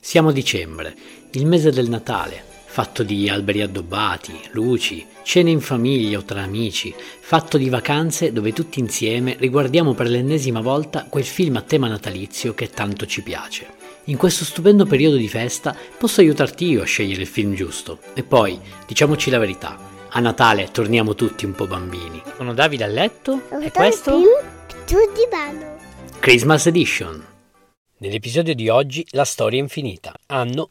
Siamo a dicembre, il mese del Natale, fatto di alberi addobbati, luci, cene in famiglia o tra amici, fatto di vacanze dove tutti insieme riguardiamo per l'ennesima volta quel film a tema natalizio che tanto ci piace. In questo stupendo periodo di festa posso aiutarti io a scegliere il film giusto. E poi, diciamoci la verità, a Natale torniamo tutti un po' bambini. Sono Davide a letto e questo? Sul divano. Christmas Edition. Nell'episodio di oggi La storia infinita, anno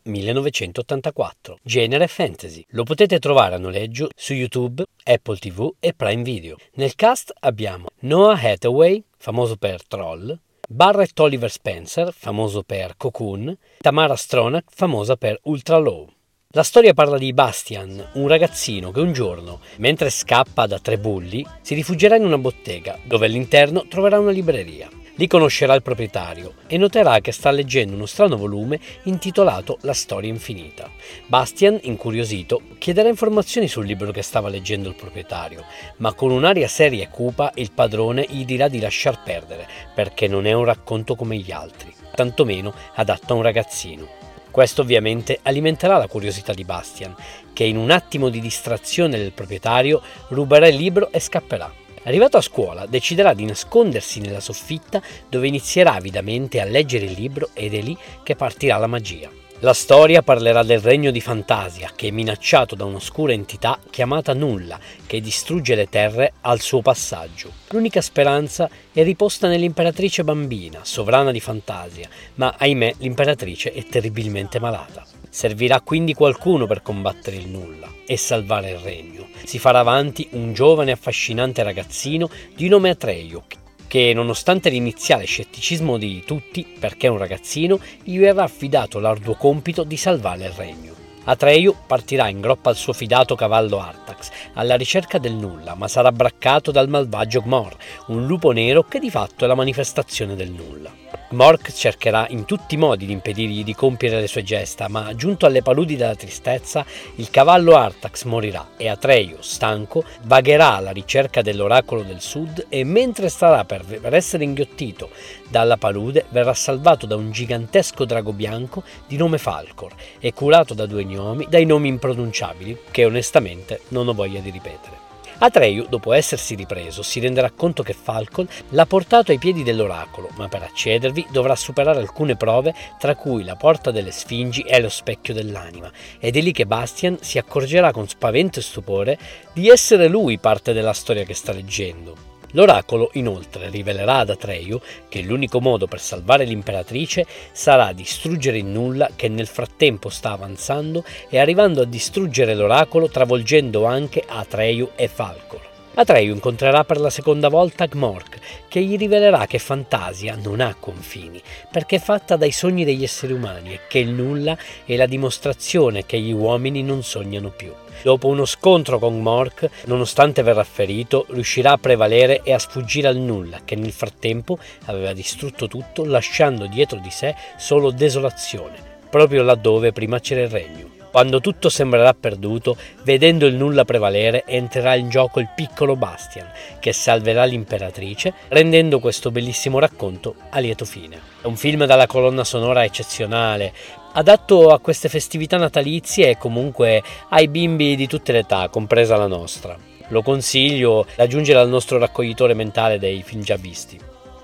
1984, genere fantasy. Lo potete trovare a noleggio su YouTube, Apple TV e Prime Video. Nel cast abbiamo Noah Hathaway, famoso per Troll, Barrett Oliver Spencer, famoso per Cocoon, Tamara Stronach, famosa per Ultra Low. La storia parla di Bastian, un ragazzino che un giorno, mentre scappa da tre bulli, si rifugierà in una bottega, dove all'interno troverà una libreria. Lì conoscerà il proprietario e noterà che sta leggendo uno strano volume intitolato La storia infinita. Bastian, incuriosito, chiederà informazioni sul libro che stava leggendo il proprietario, ma con un'aria seria e cupa il padrone gli dirà di lasciar perdere, perché non è un racconto come gli altri, tantomeno adatto a un ragazzino. Questo ovviamente alimenterà la curiosità di Bastian, che in un attimo di distrazione del proprietario ruberà il libro e scapperà. Arrivato a scuola, deciderà di nascondersi nella soffitta dove inizierà avidamente a leggere il libro ed è lì che partirà la magia. La storia parlerà del regno di Fantasia, che è minacciato da un'oscura entità chiamata Nulla, che distrugge le terre al suo passaggio. L'unica speranza è riposta nell'imperatrice bambina, sovrana di Fantasia, ma ahimè l'imperatrice è terribilmente malata. Servirà quindi qualcuno per combattere il Nulla e salvare il regno. Si farà avanti un giovane e affascinante ragazzino di nome Atreyu, che nonostante l'iniziale scetticismo di tutti, perché è un ragazzino, gli verrà affidato l'arduo compito di salvare il regno. Atreyu partirà in groppa al suo fidato cavallo Artax, alla ricerca del Nulla, ma sarà braccato dal malvagio Gmor, un lupo nero che di fatto è la manifestazione del Nulla. Gmork cercherà in tutti i modi di impedirgli di compiere le sue gesta, ma giunto alle paludi della tristezza, il cavallo Artax morirà e Atreyu, stanco, vagherà alla ricerca dell'oracolo del sud e mentre starà per essere inghiottito dalla palude verrà salvato da un gigantesco drago bianco di nome Falkor e curato da due gnomi dai nomi impronunciabili che onestamente non ho voglia di ripetere. Atreyu, dopo essersi ripreso, si renderà conto che Falcon l'ha portato ai piedi dell'oracolo, ma per accedervi dovrà superare alcune prove, tra cui la porta delle Sfingi e lo specchio dell'anima, ed è lì che Bastian si accorgerà con spavento e stupore di essere lui parte della storia che sta leggendo. L'oracolo inoltre rivelerà ad Atreyu che l'unico modo per salvare l'imperatrice sarà distruggere il Nulla che nel frattempo sta avanzando e arrivando a distruggere l'oracolo travolgendo anche Atreyu e Falcor. Atreyu incontrerà per la seconda volta Gmork, che gli rivelerà che Fantasia non ha confini, perché è fatta dai sogni degli esseri umani e che il Nulla è la dimostrazione che gli uomini non sognano più. Dopo uno scontro con Gmork, nonostante verrà ferito, riuscirà a prevalere e a sfuggire al Nulla, che nel frattempo aveva distrutto tutto, lasciando dietro di sé solo desolazione, proprio laddove prima c'era il regno. Quando tutto sembrerà perduto, vedendo il Nulla prevalere, entrerà in gioco il piccolo Bastian, che salverà l'imperatrice, rendendo questo bellissimo racconto a lieto fine. È un film dalla colonna sonora eccezionale, adatto a queste festività natalizie e comunque ai bimbi di tutte le età, compresa la nostra. Lo consiglio da aggiungere al nostro raccoglitore mentale dei film già visti.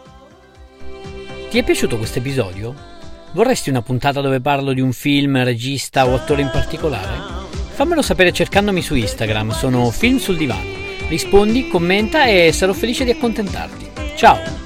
Ti è piaciuto questo episodio? Vorresti una puntata dove parlo di un film, regista o attore in particolare? Fammelo sapere cercandomi su Instagram, sono Film sul Divano. Rispondi, commenta e sarò felice di accontentarti. Ciao!